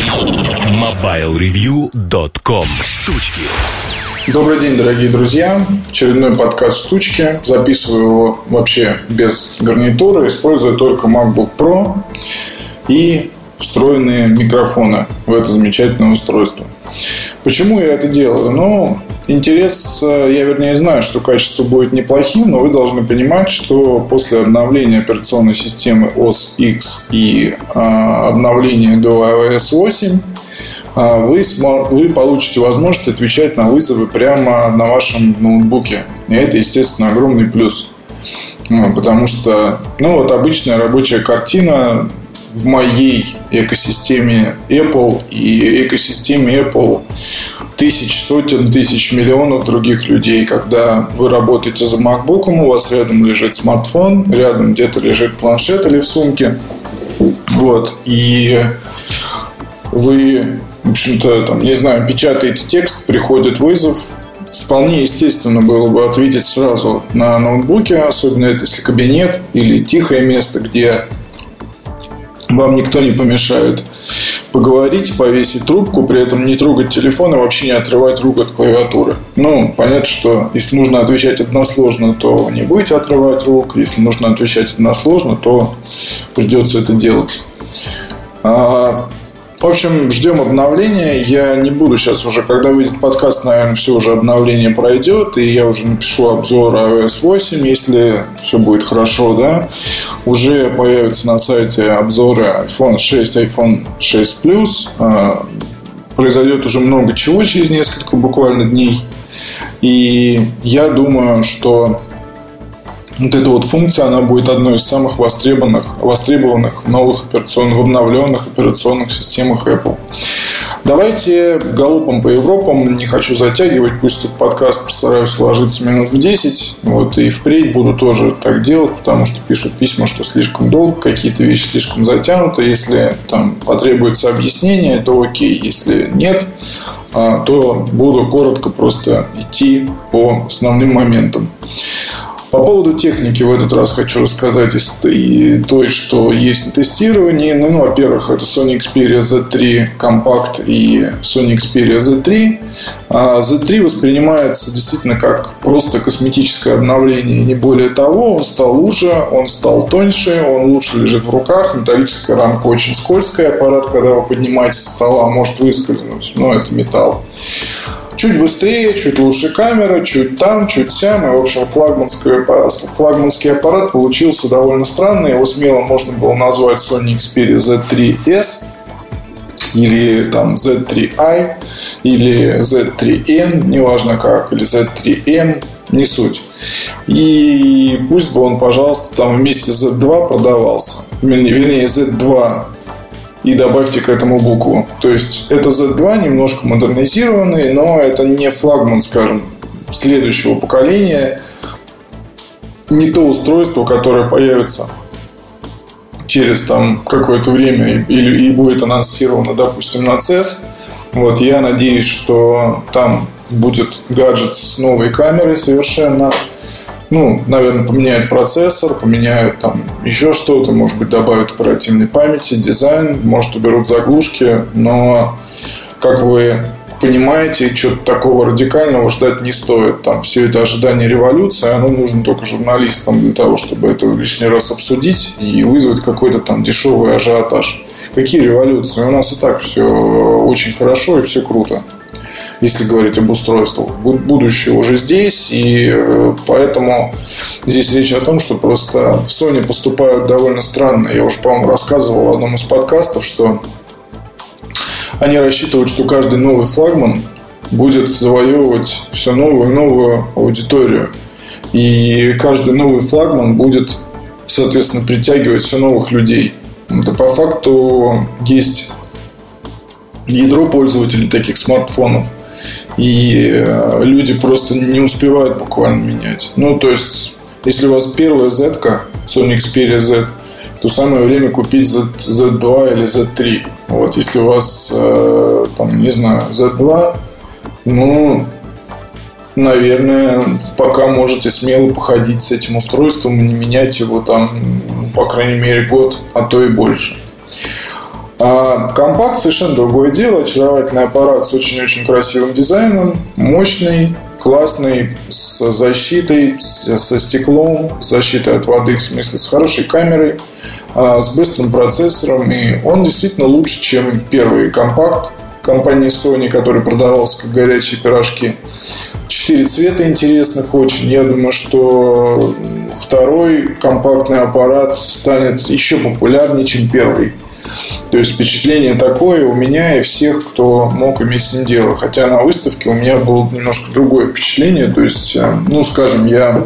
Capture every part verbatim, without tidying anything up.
мобайл ревью точка ком. Штучки. Добрый день, дорогие друзья. Очередной подкаст «Штучки». Записываю его вообще без гарнитуры, используя только MacBook Pro и встроенные микрофоны в это замечательное устройство. Почему я это делаю? Ну, интерес, я вернее знаю, что качество будет неплохим, но вы должны понимать, что после обновления операционной системы о эс икс и а, обновления до ай о эс восемь а, вы, смо- вы получите возможность отвечать на вызовы прямо на вашем ноутбуке. И это, естественно, огромный плюс. Ну, потому что, ну, вот обычная рабочая картина в моей экосистеме Apple и экосистеме Apple тысяч, сотен тысяч, миллионов других людей. Когда вы работаете за MacBook, у вас рядом лежит смартфон, рядом где-то лежит планшет или в сумке. Вот. И вы, в общем-то, там, не знаю, печатаете текст, приходит вызов. Вполне естественно было бы ответить сразу на ноутбуке, особенно если кабинет или тихое место, где вам никто не помешает поговорить, повесить трубку, при этом не трогать телефон и вообще не отрывать рук от клавиатуры. Ну, понятно, что если нужно отвечать односложно, то не будете отрывать рук. Если нужно отвечать односложно, то придется это делать. А, в общем, ждем обновления. Я не буду сейчас уже, когда выйдет подкаст, наверное, все уже обновление пройдет, и я уже напишу обзор ай о эс восемь, если все будет хорошо, да. Уже появятся на сайте обзоры айфон шесть, айфон шесть плюс. Произойдет уже много чего через несколько буквально дней. И я думаю, что вот эта вот функция, она будет одной из самых востребованных, востребованных в новых операционных, в обновленных операционных системах Apple. Давайте галопом по Европам. Не хочу затягивать. Пусть этот подкаст постараюсь уложиться минут в десять. Вот, и впредь буду тоже так делать, потому что пишут письма, что слишком долго, какие-то вещи слишком затянуты. Если там потребуется объяснение, то окей. Если нет, то буду коротко просто идти по основным моментам. По поводу техники в этот раз хочу рассказать и той, что есть на тестировании. Ну, ну, во-первых, это Sony Xperia зет три Compact и Sony Xperia зет три. А зет три воспринимается действительно как просто косметическое обновление, не более того. Он стал лучше, он стал тоньше, он лучше лежит в руках. Металлическая рамка очень скользкая. Аппарат, когда вы поднимаете со стола, может выскользнуть, но это металл. Чуть быстрее, чуть лучше камера, чуть там, чуть сям. И, в общем, флагманский, флагманский аппарат получился довольно странный. Его смело можно было назвать Sony Xperia зет три эс или там зет три ай или зет три эн, неважно как, или зет три эм, не суть. И пусть бы он, пожалуйста, там вместе с зет два продавался. Вернее, зет два. И добавьте к этому букву. То есть это зет два немножко модернизированный, но это не флагман, скажем, следующего поколения. Не то устройство, которое появится через там какое-то время и, и будет анонсировано, допустим, на си и эс. Вот, я надеюсь, что там будет гаджет с новой камерой совершенно. Ну, наверное, поменяют процессор, поменяют там еще что-то, может быть, добавят оперативной памяти, дизайн, может, уберут заглушки, но, как вы понимаете, чего-то такого радикального ждать не стоит. Там все это ожидание революции, оно нужно только журналистам для того, чтобы это лишний раз обсудить и вызвать какой-то там дешевый ажиотаж. Какие революции? У нас и так все очень хорошо и все круто, если говорить об устройствах. Будущее уже здесь, и поэтому здесь речь о том, что просто в Sony поступают довольно странно. Я уже, по-моему, рассказывал в одном из подкастов, что они рассчитывают, что каждый новый флагман будет завоевывать все новую и новую аудиторию. И каждый новый флагман будет, соответственно, притягивать все новых людей. Это по факту есть ядро пользователей таких смартфонов. И люди просто не успевают буквально менять. Ну, то есть, если у вас первая Z-ка, Sony Xperia Z, то самое время купить зет два или зет три. Вот, если у вас, там, не знаю, зет два, ну, наверное, пока можете смело походить с этим устройством и не менять его там, по крайней мере, год, а то и больше. А компакт совершенно другое дело. Очаровательный аппарат с очень-очень красивым дизайном, мощный, классный, с защитой, со стеклом, с защитой от воды, в смысле с хорошей камерой, с быстрым процессором. И он действительно лучше, чем первый компакт компании Sony, который продавался как горячие пирожки. Четыре цвета интересных очень. Я думаю, что второй компактный аппарат станет еще популярнее, чем первый. То есть впечатление такое у меня и всех, кто мог иметь с ним дело. Хотя на выставке у меня было немножко другое впечатление. То есть, ну, скажем, я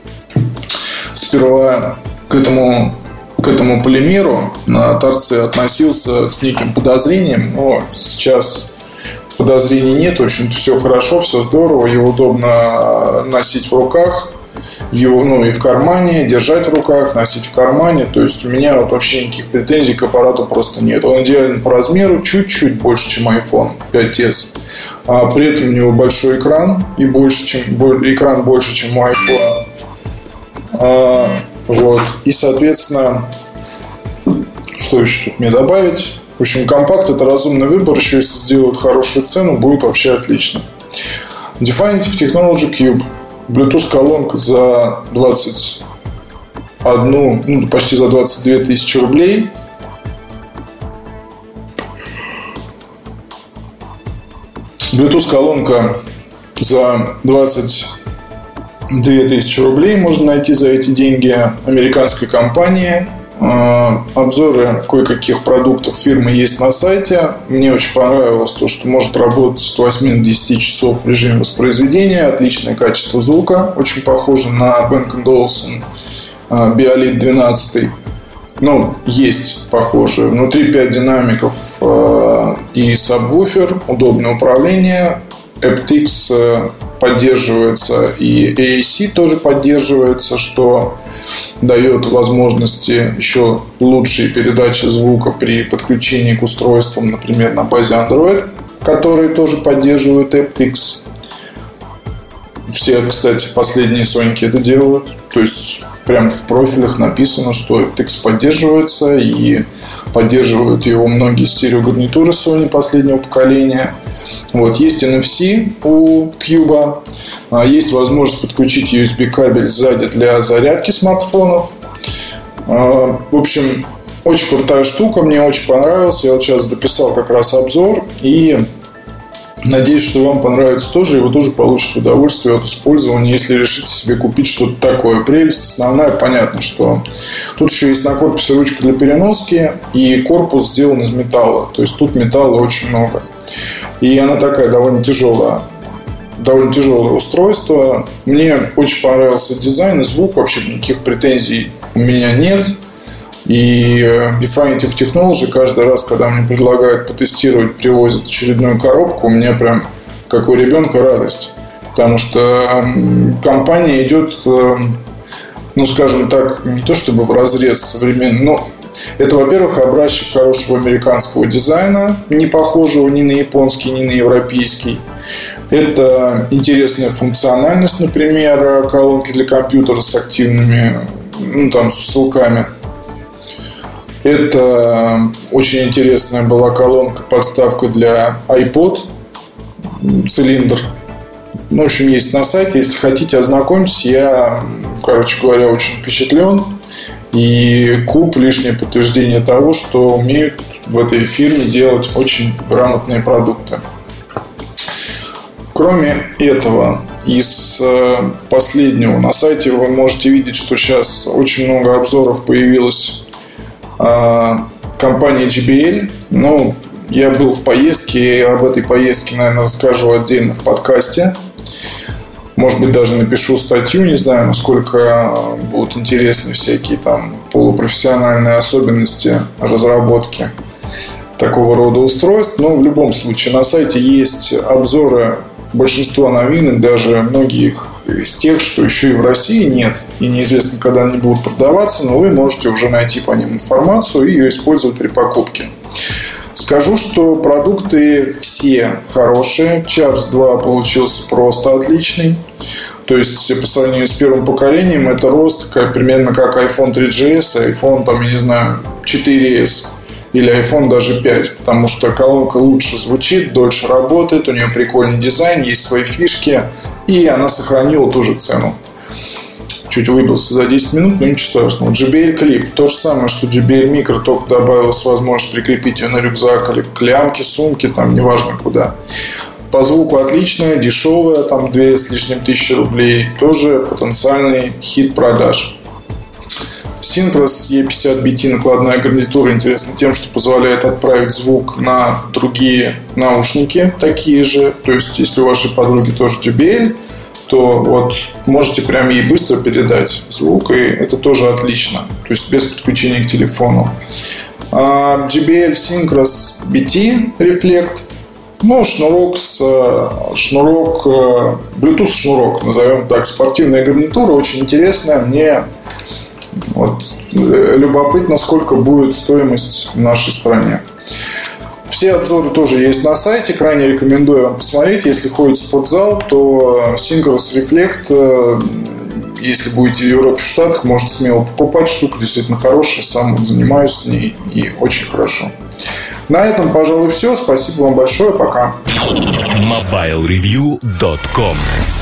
сперва к этому, к этому полимеру на торце относился с неким подозрением. Но сейчас подозрений нет. В общем-то, все хорошо, все здорово. Его удобно носить в руках. Его, ну, и в кармане, держать в руках, носить в кармане. То есть у меня вот вообще никаких претензий к аппарату просто нет. Он идеален по размеру, чуть-чуть больше, чем айфон пять эс. А при этом у него большой экран, и больше, чем, экран больше, чем у айфона. А, вот. И, соответственно, что еще тут мне добавить? В общем, компакт — это разумный выбор. Еще если сделают хорошую цену, будет вообще отлично. Definitive Technology Cube. Bluetooth-колонка за двадцать одну, ну, почти за двадцать две тысячи рублей. Bluetooth-колонка за двадцать две тысячи рублей можно найти за эти деньги. Американской компании. Обзоры кое-каких продуктов фирмы есть на сайте. Мне очень понравилось то, что может работать от восьми до десяти часов в режиме воспроизведения. Отличное качество звука. Очень похоже на Bang энд Olufsen Biolite двенадцать. Ну, есть похожие. Внутри пять динамиков и сабвуфер. Удобное управление. эптикс поддерживается, и эй эй си тоже поддерживается, что дает возможности еще лучшей передачи звука при подключении к устройствам, например, на базе Android, которые тоже поддерживают эптикс. Все, кстати, последние Соньки это делают. То есть прям в профилях написано, что эптикс поддерживается, и поддерживают его многие стереогарнитуры Sony последнего поколения. Вот, есть эн эф си у Cube, есть возможность подключить ю эс би кабель сзади для зарядки смартфонов. В общем, очень крутая штука, мне очень понравилась. Я вот сейчас дописал как раз обзор, и надеюсь, что вам понравится тоже, и вы тоже получите удовольствие от использования, если решите себе купить что-то такое. Прелесть основная, понятно, что тут еще есть на корпусе ручка для переноски, и корпус сделан из металла. То есть тут металла очень много. И она такая довольно тяжелая. Довольно тяжелое устройство. Мне очень понравился дизайн и звук. Вообще никаких претензий у меня нет. И Definitive Technology каждый раз, когда мне предлагают потестировать, привозят очередную коробку, у меня прям, как у ребенка, радость. Потому что компания идет, ну, скажем так, не то чтобы вразрез современный, но это, во-первых, образчик хорошего американского дизайна, не похожего ни на японский, ни на европейский. Это интересная функциональность, например, колонки для компьютера с активными, ну, там, с ссылками. Это очень интересная была колонка, подставка для iPod, цилиндр. Ну, в общем, есть на сайте. Если хотите, ознакомьтесь. Я, короче говоря, очень впечатлен. И куб — лишнее подтверждение того, что умеют в этой фирме делать очень грамотные продукты. Кроме этого, из последнего на сайте вы можете видеть, что сейчас очень много обзоров появилось компании джей би эл. Ну, я был в поездке, и об этой поездке, наверное, расскажу отдельно в подкасте. Может быть, даже напишу статью, не знаю, насколько будут интересны всякие там полупрофессиональные особенности разработки такого рода устройств. Но в любом случае на сайте есть обзоры большинства новинок, даже многих из тех, что еще и в России нет, и неизвестно, когда они будут продаваться, но вы можете уже найти по ним информацию и ее использовать при покупке. Скажу, что продукты все хорошие. Charge два получился просто отличный. То есть, по сравнению с первым поколением, это рост как, примерно как iPhone три джи эс, iPhone, там, я не знаю, четыре эс. или iPhone даже пять, потому что колонка лучше звучит, дольше работает, у нее прикольный дизайн, есть свои фишки, и она сохранила ту же цену. Чуть выбился за десять минут, но ничего страшного. джей би эл Clip, то же самое, что джей би эл Micro, только добавилась возможность прикрепить ее на рюкзак или к лямке, сумке, там неважно куда. По звуку отличная, дешевая, там две с лишним тысячи рублей, тоже потенциальный хит продаж. Syncros и пятьдесят би ти накладная гарнитура интересна тем, что позволяет отправить звук на другие наушники, такие же. То есть, если у вашей подруги тоже джей би эл, то вот можете прям ей быстро передать звук, и это тоже отлично. То есть, без подключения к телефону. А джей би эл Syncros би ти Reflect, ну, шнурок с шнурок, Bluetooth шнурок, назовем так, спортивная гарнитура, очень интересная. Мне вот любопытно, сколько будет стоимость в нашей стране. Все обзоры тоже есть на сайте. Крайне рекомендую вам посмотреть. Если ходите в спортзал, то Syncros Reflect, если будете в Европе, в Штатах, можете смело покупать. Штука действительно хорошая. Сам занимаюсь с ней и очень хорошо. На этом, пожалуй, все. Спасибо вам большое. Пока. мобайл ревью точка ком